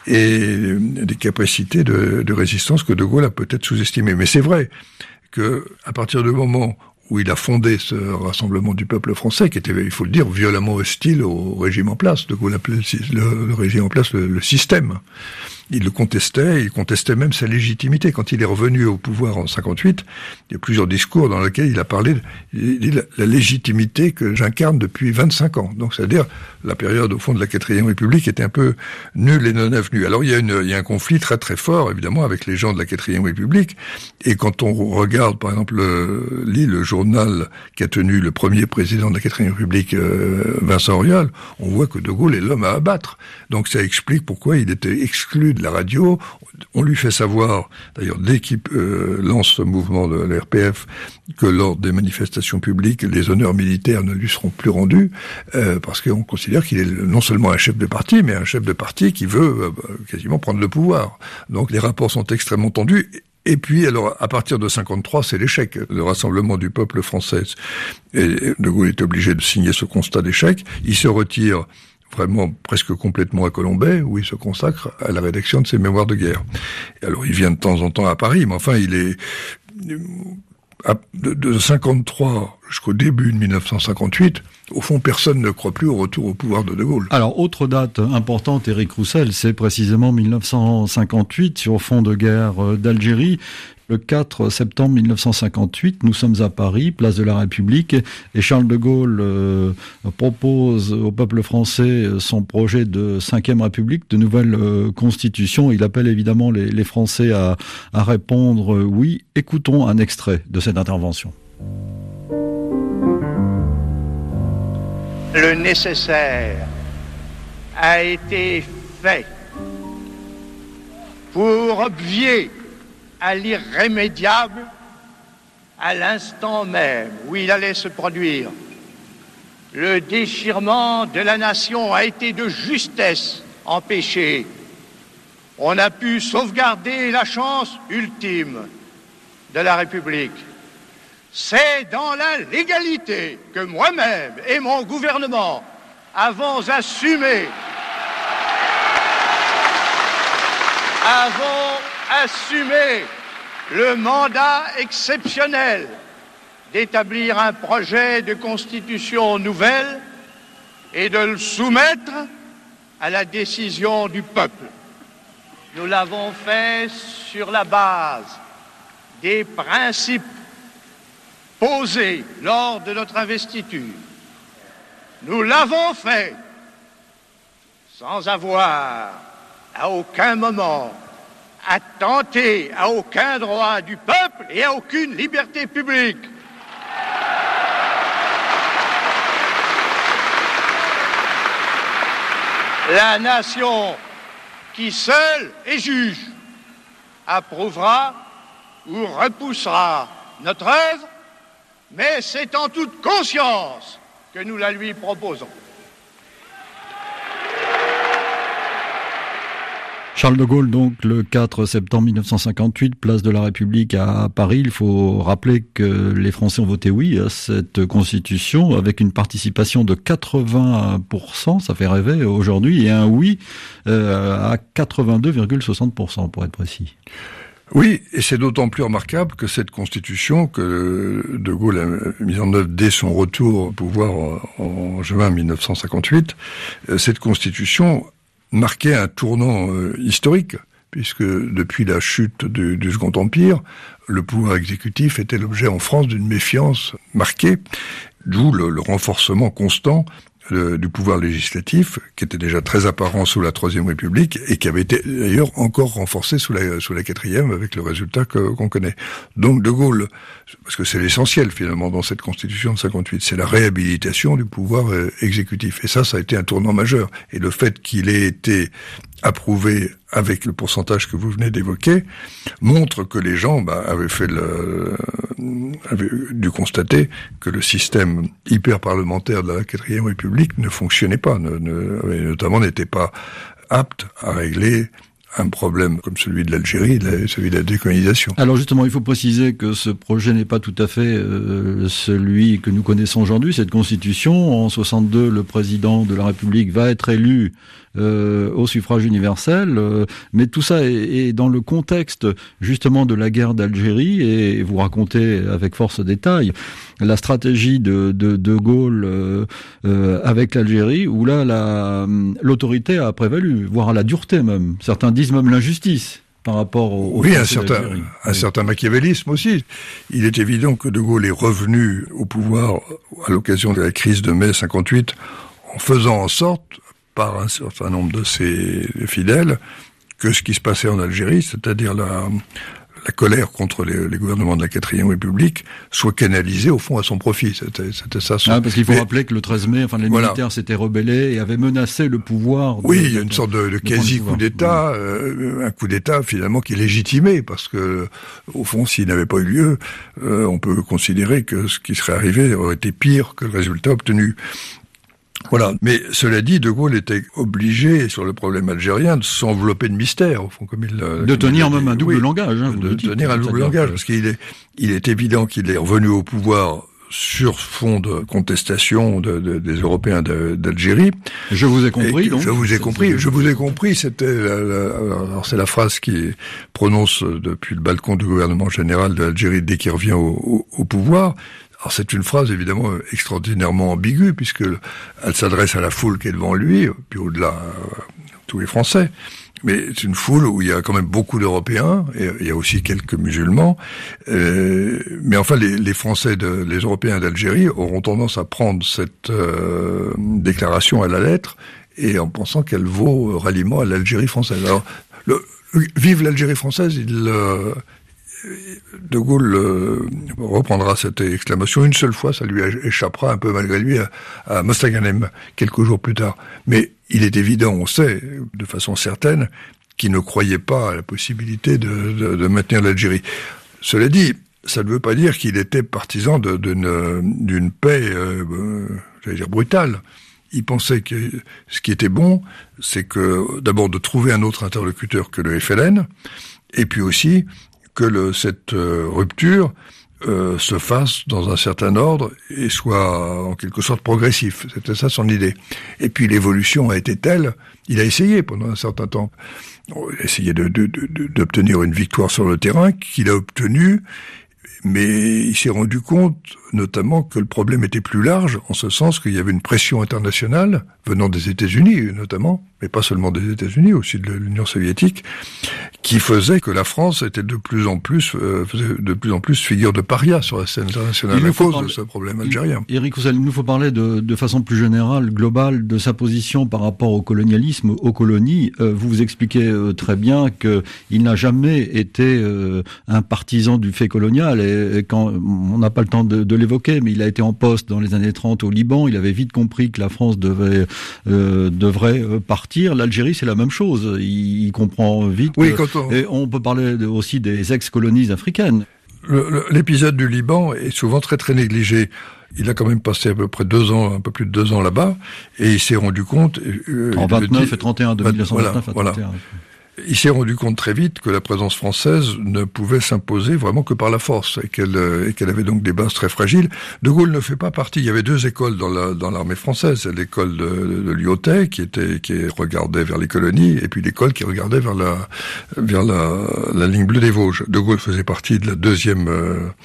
et des capacités de, de résistance que De Gaulle a peut-être sous-estimées. Mais c'est vrai que à partir du moment où il a fondé ce Rassemblement du peuple français, qui était, il faut le dire, violemment hostile au régime en place, De Gaulle appelait le, le, le régime en place le, le système. Il le contestait, il contestait même sa légitimité. Quand il est revenu au pouvoir en cinquante-huit, il y a plusieurs discours dans lesquels il a parlé de la légitimité que j'incarne depuis vingt-cinq ans. Donc, c'est-à-dire, la période, au fond, de la quatrième République était un peu nulle et non avenue. Alors, il y a une, il y a un conflit très très fort, évidemment, avec les gens de la quatrième République. Et quand on regarde, par exemple, le, lit le journal qu'a tenu le premier président de la quatrième République, euh, Vincent Auriol, on voit que De Gaulle est l'homme à abattre. Donc, ça explique pourquoi il était exclu de la radio. On lui fait savoir, d'ailleurs, dès qu'il euh, lance ce mouvement de l'R P F, que lors des manifestations publiques, les honneurs militaires ne lui seront plus rendus, euh, parce qu'on considère qu'il est non seulement un chef de parti, mais un chef de parti qui veut euh, quasiment prendre le pouvoir. Donc les rapports sont extrêmement tendus. Et puis, alors, à partir de cinquante-trois, c'est l'échec. Le Rassemblement du peuple français, et De Gaulle est obligé de signer ce constat d'échec. Il se retire vraiment presque complètement à Colombey, où il se consacre à la rédaction de ses mémoires de guerre. Et alors, il vient de temps en temps à Paris, mais enfin, il est de, de cinquante-trois jusqu'au début de dix-neuf cent cinquante-huit, au fond, personne ne croit plus au retour au pouvoir de De Gaulle. Alors, autre date importante, Éric Roussel, c'est précisément dix-neuf cent cinquante-huit, sur fond de guerre d'Algérie. Le quatre septembre mille neuf cent cinquante-huit, nous sommes à Paris, place de la République, et Charles de Gaulle euh, propose au peuple français son projet de cinquième République, de nouvelle euh, constitution. Il appelle évidemment les, les Français à, à répondre euh, oui. Écoutons un extrait de cette intervention. Le nécessaire a été fait pour obvier à l'irrémédiable, à l'instant même où il allait se produire. Le déchirement de la nation a été de justesse empêché. On a pu sauvegarder la chance ultime de la République. C'est dans la légalité que moi-même et mon gouvernement avons assumé, avons assumé le mandat exceptionnel d'établir un projet de constitution nouvelle et de le soumettre à la décision du peuple. Nous l'avons fait sur la base des principes posés lors de notre investiture. Nous l'avons fait sans avoir à aucun moment attenter à aucun droit du peuple et à aucune liberté publique. La nation qui seule est juge approuvera ou repoussera notre œuvre, mais c'est en toute conscience que nous la lui proposons. Charles de Gaulle, donc, le quatre septembre mille neuf cent cinquante-huit, place de la République à Paris. Il faut rappeler que les Français ont voté oui à cette constitution, avec une participation de quatre-vingts pour cent, ça fait rêver aujourd'hui, et un oui euh, à quatre-vingt-deux virgule soixante pour cent, pour être précis. Oui, et c'est d'autant plus remarquable que cette constitution, que De Gaulle a mise en œuvre dès son retour au pouvoir en juin mille neuf cent cinquantahuit, cette constitution marquait un tournant euh, historique, puisque depuis la chute du, du Second Empire, le pouvoir exécutif était l'objet en France d'une méfiance marquée, d'où le, le renforcement constant Le, du pouvoir législatif, qui était déjà très apparent sous la Troisième République et qui avait été d'ailleurs encore renforcé sous la sous la Quatrième, avec le résultat que, qu'on connaît. Donc De Gaulle, parce que c'est l'essentiel finalement dans cette Constitution de cinquante-huit, c'est la réhabilitation du pouvoir euh, exécutif. Et ça, ça a été un tournant majeur. Et le fait qu'il ait été approuvé avec le pourcentage que vous venez d'évoquer montre que les gens bah, avaient fait le, avaient dû constater que le système hyper parlementaire de la Quatrième République ne fonctionnait pas, ne, ne, et notamment n'était pas apte à régler un problème comme celui de l'Algérie, celui de la décolonisation. Alors justement, il faut préciser que ce projet n'est pas tout à fait euh, celui que nous connaissons aujourd'hui, cette Constitution. En soixante-deux, le président de la République va être élu euh, au suffrage universel, euh, mais tout ça est, est dans le contexte justement de la guerre d'Algérie, et vous racontez avec force détail la stratégie de de, de Gaulle euh, euh, avec l'Algérie, où là la, l'autorité a prévalu, voire à la dureté même. Certains disent même l'injustice par rapport au... Oui, un certain, un oui. certain machiavélisme aussi. Il est évident que De Gaulle est revenu au pouvoir à l'occasion de la crise de mai cinquante-huit en faisant en sorte, par un certain nombre de ses fidèles, que ce qui se passait en Algérie, c'est-à-dire la... la colère contre les, les gouvernements de la Quatrième République soit canalisée au fond à son profit. C'était, c'était ça. Son... Ah, parce qu'il faut Mais, rappeler que le treize mai, enfin les voilà. militaires s'étaient rebellés et avaient menacé le pouvoir. De, oui, il y a de, une sorte de, de, de quasi coup oui. d'État, euh, un coup d'État finalement qui est légitimé, parce que au fond, s'il n'avait pas eu lieu, euh, on peut considérer que ce qui serait arrivé aurait été pire que le résultat obtenu. Voilà. Mais cela dit, De Gaulle était obligé, sur le problème algérien, de s'envelopper de mystère, au fond, comme il... De comme tenir il même un double oui, langage. Hein, de tenir un double langage, parce qu'il est, il est évident qu'il est revenu au pouvoir sur fond de contestation de, de, des Européens de, d'Algérie. Je vous ai compris, donc. Je vous ai compris, je vous ai compris, c'était, la, la, alors c'est la phrase qu'il prononce depuis le balcon du gouvernement général de l'Algérie dès qu'il revient au, au, au pouvoir. Alors c'est une phrase évidemment extraordinairement ambiguë, puisque elle s'adresse à la foule qui est devant lui, puis au-delà euh, tous les Français. Mais c'est une foule où il y a quand même beaucoup d'Européens, et il y a aussi quelques musulmans. Euh, mais enfin, les, les Français, de, les Européens d'Algérie auront tendance à prendre cette euh, déclaration à la lettre, et en pensant qu'elle vaut ralliement à l'Algérie française. Alors, le, le, vive l'Algérie française, il... Euh, De Gaulle euh, reprendra cette exclamation une seule fois, ça lui échappera un peu malgré lui à, à Mostaganem quelques jours plus tard. Mais il est évident, on sait de façon certaine, qu'il ne croyait pas à la possibilité de, de, de maintenir l'Algérie. Cela dit, ça ne veut pas dire qu'il était partisan de, de, de, d'une paix, euh, j'allais dire brutale. Il pensait que ce qui était bon, c'est que d'abord de trouver un autre interlocuteur que le F L N, et puis aussi que le, cette euh, rupture euh, se fasse dans un certain ordre et soit en quelque sorte progressif. C'était ça son idée. Et puis l'évolution a été telle, il a essayé pendant un certain temps, il a essayé de, de, de, d'obtenir une victoire sur le terrain qu'il a obtenue, mais il s'est rendu compte notamment que le problème était plus large, en ce sens qu'il y avait une pression internationale venant des États-Unis notamment, mais pas seulement des États-Unis, aussi de l'Union soviétique, qui faisait que la France était de plus en plus euh, faisait de plus en plus figure de paria sur la scène internationale à cause parler, de ce problème algérien. Éric Roussel, il nous faut parler de, de façon plus générale, globale, de sa position par rapport au colonialisme, aux colonies. Euh, vous vous expliquez euh, très bien qu'il n'a jamais été euh, un partisan du fait colonial, et, et quand on n'a pas le temps de, de l'évoquer, mais il a été en poste dans les années trente au Liban, il avait vite compris que la France devait, euh, devrait partir. L'Algérie, c'est la même chose. Il, il comprend vite. Oui, que, quand on... Et on peut parler de, aussi des ex-colonies africaines. Le, le, l'épisode du Liban est souvent très très négligé. Il a quand même passé à peu près deux ans, un peu plus de deux ans là-bas, et il s'est rendu compte... Euh, en vingt-neuf dit, et trente et un, de mille neuf cent vingt-neuf voilà, à trente et un. Voilà. Il s'est rendu compte très vite que la présence française ne pouvait s'imposer vraiment que par la force, et qu'elle, et qu'elle avait donc des bases très fragiles. De Gaulle ne fait pas partie. Il y avait deux écoles dans, la, dans l'armée française. L'école de, de Lyautey, qui était, qui regardait vers les colonies, et puis l'école qui regardait vers la, vers la, la ligne bleue des Vosges. De Gaulle faisait partie de la deuxième, euh,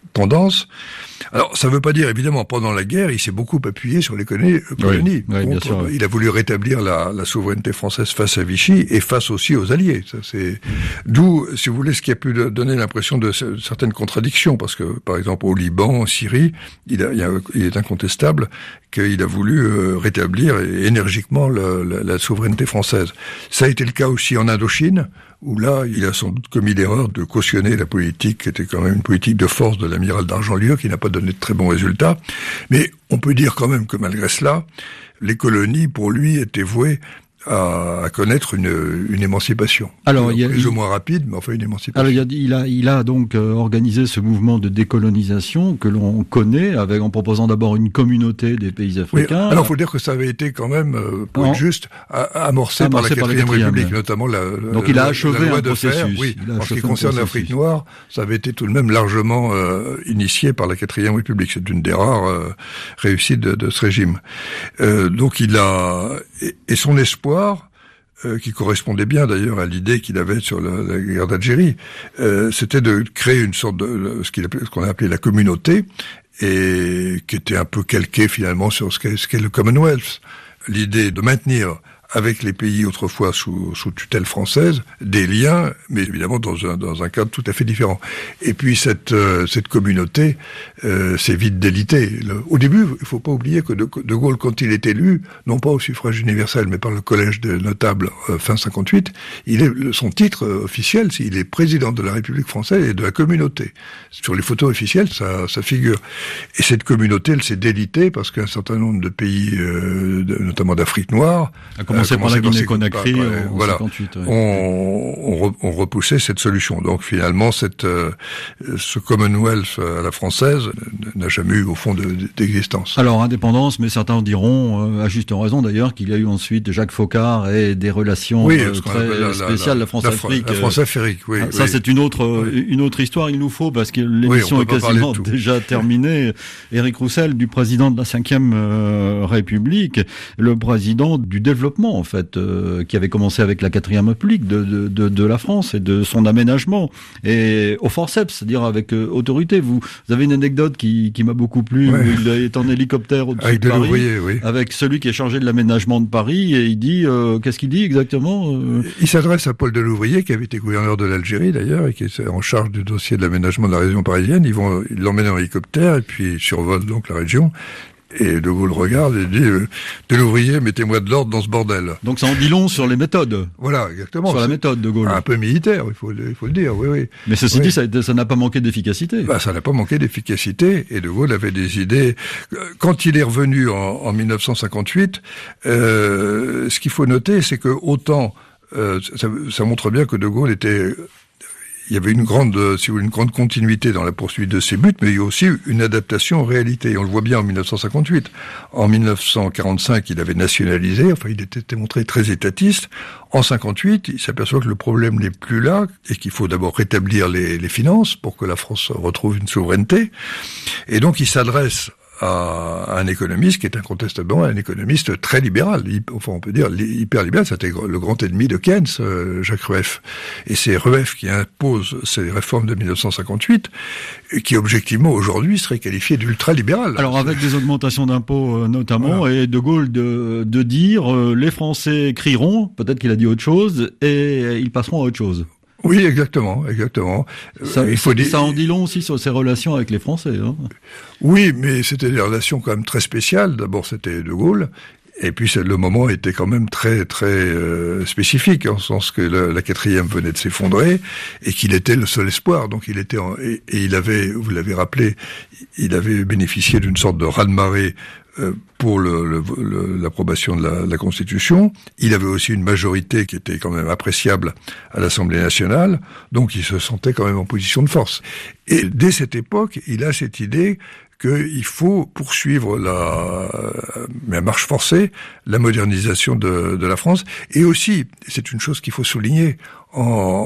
tendance. Alors, ça ne veut pas dire, évidemment, pendant la guerre, il s'est beaucoup appuyé sur les colonies. Oui, oui, bien sûr, oui. Il a voulu rétablir la, la souveraineté française face à Vichy et face aussi aux Alliés. Ça, c'est d'où, si vous voulez, ce qui a pu donner l'impression de certaines contradictions, parce que, par exemple, au Liban, en Syrie, il, a, il, a, il est incontestable qu'il a voulu euh, rétablir énergiquement la, la, la souveraineté française. Ça a été le cas aussi en Indochine, où là, il a sans doute commis l'erreur de cautionner la politique, qui était quand même une politique de force de l'amiral d'Argentlieu, qui n'a pas donné de très bons résultats. Mais on peut dire quand même que malgré cela, les colonies, pour lui, étaient vouées à, à connaître une, une émancipation. Alors, il y a, plus ou moins rapide, mais enfin une émancipation. Alors, il, y a, il a, il a donc euh, organisé ce mouvement de décolonisation que l'on connaît, avec en proposant d'abord une communauté des pays africains. Oui, alors, il faut dire que ça avait été quand même, euh, pour être juste, à, amorcé, amorcé par la quatrième République, notamment la, la, donc il a la, achevé la loi un de processus. fer. Oui, il a en ce qui concerne l'Afrique noire, ça avait été tout de même largement euh, initié par la quatrième République. C'est une des rares euh, réussites de, de ce régime. Euh, donc il a et, et son espoir, euh, qui correspondait bien d'ailleurs à l'idée qu'il avait sur la, la guerre d'Algérie, euh, c'était de créer une sorte de ce qu'il appelait, ce qu'on a appelé la communauté, et qui était un peu calqué finalement sur ce qu'est, ce qu'est le Commonwealth. L'idée de maintenir avec les pays autrefois sous, sous tutelle française, des liens, mais évidemment dans un, dans un cadre tout à fait différent. Et puis cette, euh, cette communauté euh, s'est vite délitée. Le, au début, il faut pas oublier que de, de Gaulle, quand il est élu, non pas au suffrage universel, mais par le collège des notables euh, fin cinquante-huit, il est, son titre euh, officiel, c'est il est président de la République française et de la communauté. Sur les photos officielles, ça, ça figure. Et cette communauté, elle s'est délitée parce qu'un certain nombre de pays, euh, de, notamment d'Afrique noire, commencé par la Guinée-Conakry en voilà, cinquante-huit. Ouais. On, on, on repoussait cette solution. Donc finalement, cette, euh, ce Commonwealth à la française n'a jamais eu au fond de, d'existence. Alors indépendance, mais certains diront, euh, à juste raison d'ailleurs, qu'il y a eu ensuite Jacques Foccart et des relations oui, euh, très la, spéciales, la, la France-Afrique. La France-Afrique, oui. Euh, ça oui. c'est une autre oui. une autre histoire. Il nous faut parce que l'émission oui, est quasiment déjà terminée. Éric Roussel, du président de la cinquième euh, République, le président du développement en fait, euh, qui avait commencé avec la quatrième République de, de, de, de la France et de son aménagement et au forceps, c'est-à-dire avec euh, autorité. Vous, vous avez une anecdote qui, qui m'a beaucoup plu. Ouais. Où il est en hélicoptère au-dessus avec de Paris, oui. avec celui qui est chargé de l'aménagement de Paris et il dit, euh, qu'est-ce qu'il dit exactement euh... Il s'adresse à Paul Delouvrier, qui avait été gouverneur de l'Algérie d'ailleurs et qui est en charge du dossier de l'aménagement de la région parisienne. Ils vont, ils l'emmènent en hélicoptère et puis ils survolent donc la région. Et De Gaulle regarde et dit euh, « Delouvrier, mettez-moi de l'ordre dans ce bordel ». Donc ça en dit long sur les méthodes. Voilà, exactement. Sur la méthode de Gaulle. Un peu militaire, il faut, il faut le dire, oui, oui. Mais ceci oui. dit, ça, ça n'a pas manqué d'efficacité. Bah, ça n'a pas manqué d'efficacité, et De Gaulle avait des idées. Quand il est revenu en, en mille neuf cent cinquante-huit, euh, ce qu'il faut noter, c'est que autant, euh, ça, ça montre bien que De Gaulle était... Il y avait une grande, si vous voulez, une grande continuité dans la poursuite de ses buts, mais il y a aussi une adaptation aux réalités. Et on le voit bien en mille neuf cent cinquante-huit. En mille neuf cent quarante-cinq, il avait nationalisé, enfin, il était montré très étatiste. En cinquante-huit, il s'aperçoit que le problème n'est plus là et qu'il faut d'abord rétablir les, les finances pour que la France retrouve une souveraineté. Et donc, il s'adresse à un économiste qui est incontestablement un économiste très libéral, enfin on peut dire hyper libéral, c'était le grand ennemi de Keynes, Jacques Rueff. Et c'est Rueff qui impose ces réformes de mille neuf cent cinquante-huit, qui objectivement aujourd'hui serait qualifié d'ultra-libéral. Alors avec des augmentations d'impôts notamment, voilà. Et De Gaulle de, de dire euh, les Français crieront, peut-être qu'il a dit autre chose, et ils passeront à autre chose. Oui, exactement, exactement. Ça, il faut dire... ça en dit long aussi sur ses relations avec les Français. Hein. Oui, mais c'était des relations quand même très spéciales. D'abord, c'était De Gaulle. Et puis le moment était quand même très très euh, spécifique, en ce sens que la, la quatrième venait de s'effondrer et qu'il était le seul espoir. Donc il était en, et, et il avait, vous l'avez rappelé, il avait bénéficié d'une sorte de raz-de-marée euh, pour le, le, le, l'approbation de la, la Constitution. Il avait aussi une majorité qui était quand même appréciable à l'Assemblée nationale, donc il se sentait quand même en position de force. Et dès cette époque, il a cette idée qu'il faut poursuivre la, mais à marche forcée, la modernisation de, de la France. Et aussi, c'est une chose qu'il faut souligner, en,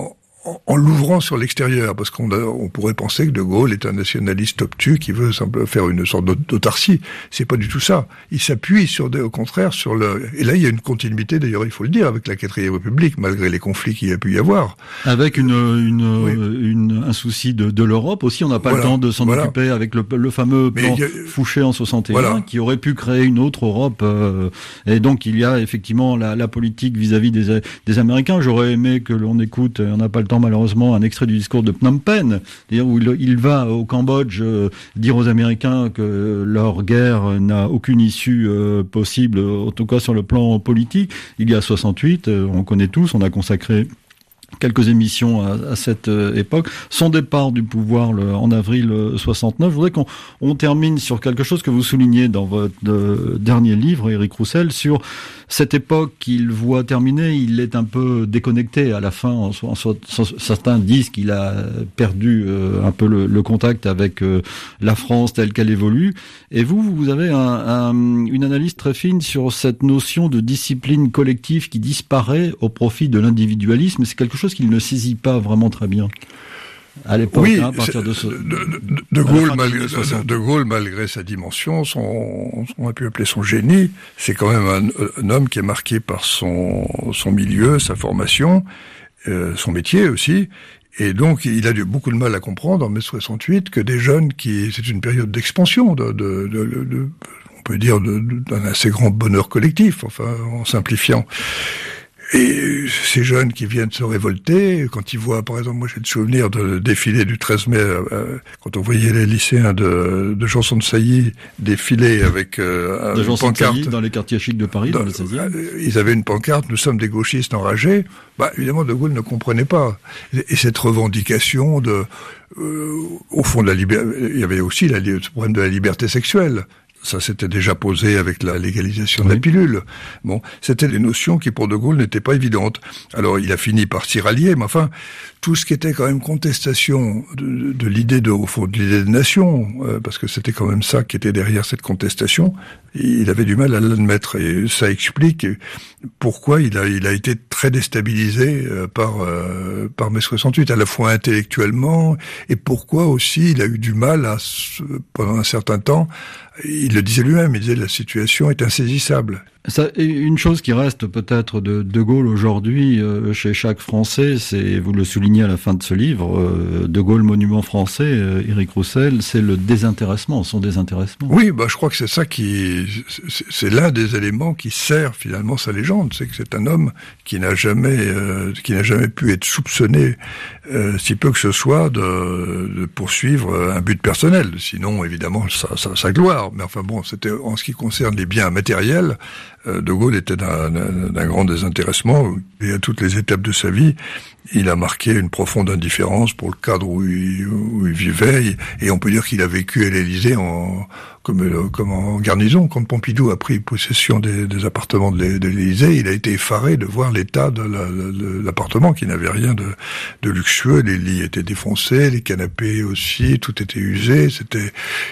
en, en l'ouvrant sur l'extérieur, parce qu'on a, on pourrait penser que De Gaulle est un nationaliste obtus qui veut simplement faire une sorte d'autarcie. C'est pas du tout ça. Il s'appuie sur, des, au contraire, sur le. Et là, il y a une continuité, d'ailleurs, il faut le dire, avec la Quatrième République, malgré les conflits qu'il y a pu y avoir. Avec une, une, oui. une un souci de, de l'Europe aussi. On n'a pas voilà. le temps de s'en voilà. occuper avec le, le fameux plan a... Fouché en soixante et un, voilà. qui aurait pu créer une autre Europe. Euh, et donc, il y a effectivement la, la politique vis-à-vis des, des Américains. J'aurais aimé que l'on écoute, on n'a pas le temps malheureusement, un extrait du discours de Phnom Penh, où il, il va au Cambodge euh, dire aux Américains que leur guerre n'a aucune issue euh, possible, en tout cas sur le plan politique. Il y a soixante-huit, euh, on connaît tous, on a consacré quelques émissions à, à cette euh, époque. Son départ du pouvoir le, en avril euh, soixante-neuf. Je voudrais qu'on on termine sur quelque chose que vous soulignez dans votre euh, dernier livre, Éric Roussel, sur cette époque qu'il voit terminer. Il est un peu déconnecté à la fin. En, en, en, certains disent qu'il a perdu euh, un peu le, le contact avec euh, la France telle qu'elle évolue. Et vous, vous avez un, un, une analyse très fine sur cette notion de discipline collective qui disparaît au profit de l'individualisme. C'est quelque chose qu'il ne saisit pas vraiment très bien à l'époque, oui, hein, à partir de ce... De, de, de, Gaulle, malgré, de, de Gaulle, malgré sa dimension, son, on a pu appeler son génie, c'est quand même un, un homme qui est marqué par son, son milieu, sa formation, euh, son métier aussi. Et donc, il a eu beaucoup de mal à comprendre en mai soixante-huit que des jeunes qui... C'est une période d'expansion, de, de, de, de, de, on peut dire de, de, d'un assez grand bonheur collectif, enfin, en simplifiant. Et ces jeunes qui viennent se révolter, quand ils voient, par exemple, moi j'ai le souvenir de défilé du treize mai, euh, quand on voyait les lycéens de, de Janson de Sailly défiler avec euh, de une pancarte. Sailly, dans les quartiers chics de Paris, dans, dans le seizième. Ils avaient une pancarte, nous sommes des gauchistes enragés. Bah, évidemment, De Gaulle ne comprenait pas. Et, et cette revendication de, euh, au fond de la liberté, il y avait aussi la, ce problème de la liberté sexuelle. Ça s'était déjà posé avec la légalisation de oui. la pilule. Bon, c'était des notions qui, pour De Gaulle, n'étaient pas évidentes. Alors, il a fini par s'y rallier, mais enfin, tout ce qui était quand même contestation de, de l'idée de, au fond, de l'idée de nation, euh, parce que c'était quand même ça qui était derrière cette contestation, il avait du mal à l'admettre. Et ça explique pourquoi il a, il a été très déstabilisé euh, par, euh, par mai soixante-huit, à la fois intellectuellement, et pourquoi aussi il a eu du mal à, pendant un certain temps, il le disait lui-même, il disait la situation est insaisissable. Ça, une chose qui reste peut-être de De Gaulle aujourd'hui euh, chez chaque Français, c'est, vous le soulignez à la fin de ce livre, euh, De Gaulle, monument français, euh, Éric Roussel, c'est le désintéressement, son désintéressement. Oui, bah je crois que c'est ça qui, c'est, c'est l'un des éléments qui sert finalement sa légende, c'est que c'est un homme qui n'a jamais, euh, qui n'a jamais pu être soupçonné, euh, si peu que ce soit, de, de poursuivre un but personnel. Sinon, évidemment, sa, sa, sa gloire. Mais enfin bon, c'était en ce qui concerne les biens matériels. De Gaulle était d'un, d'un grand désintéressement et à toutes les étapes de sa vie, il a marqué une profonde indifférence pour le cadre où il, où il vivait et on peut dire qu'il a vécu à l'Élysée en, comme, comme en garnison. Quand Pompidou a pris possession des, des appartements de, de l'Élysée, il a été effaré de voir l'état de, la, de l'appartement qui n'avait rien de, de luxueux. Les lits étaient défoncés, les canapés aussi, tout était usé. C'était,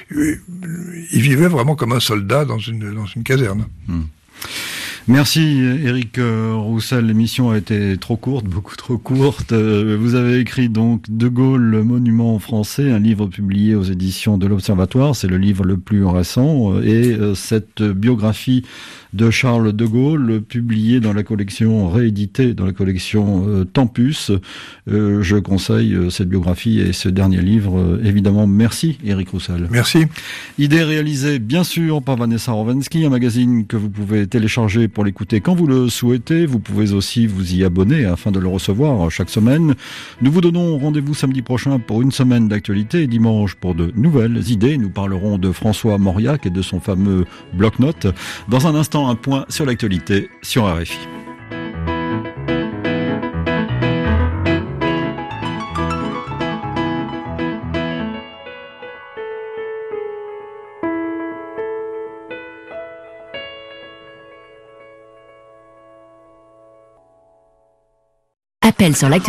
il vivait vraiment comme un soldat dans une, dans une caserne. Mmh. Merci Éric Roussel, l'émission a été trop courte, beaucoup trop courte. Vous avez écrit donc De Gaulle, le monument français, un livre publié aux éditions de l'Observatoire, c'est le livre le plus récent, et cette biographie de Charles de Gaulle, publié dans la collection, réédité dans la collection euh, Tempus. Euh, je conseille euh, cette biographie et ce dernier livre, euh, évidemment. Merci, Éric Roussel. Merci. Idée réalisée, bien sûr, par Vanessa Rovensky, un magazine que vous pouvez télécharger pour l'écouter quand vous le souhaitez. Vous pouvez aussi vous y abonner afin de le recevoir chaque semaine. Nous vous donnons rendez-vous samedi prochain pour une semaine d'actualité et dimanche pour de nouvelles idées. Nous parlerons de François Mauriac et de son fameux bloc-notes. Dans un instant, un point sur l'actualité sur R F I. Appel sur l'actualité.